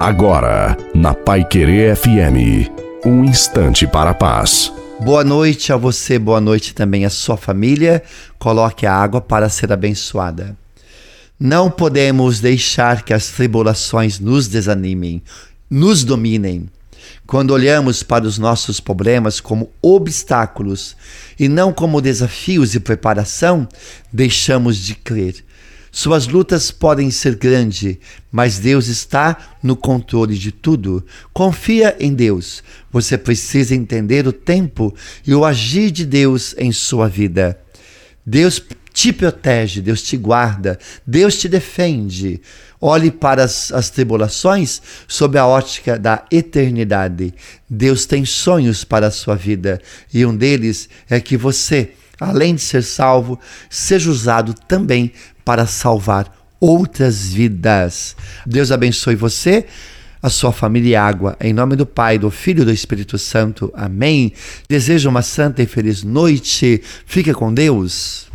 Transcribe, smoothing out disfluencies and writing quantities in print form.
Agora, na Paiquerê FM, um instante para a paz. Boa noite a você, boa noite também à sua família. Coloque a água para ser abençoada. Não podemos deixar que as tribulações nos desanimem, nos dominem. Quando olhamos para os nossos problemas como obstáculos e não como desafios e preparação, deixamos de crer. Suas lutas podem ser grandes, mas Deus está no controle de tudo. Confia em Deus. Você precisa entender o tempo e o agir de Deus em sua vida. Deus te protege, Deus te guarda, Deus te defende. Olhe para as tribulações sob a ótica da eternidade. Deus tem sonhos para a sua vida e um deles é que você, além de ser salvo, seja usado também para salvar outras vidas. Deus abençoe você, a sua família e água. Em nome do Pai, do Filho e do Espírito Santo. Amém. Desejo uma santa e feliz noite. Fique com Deus.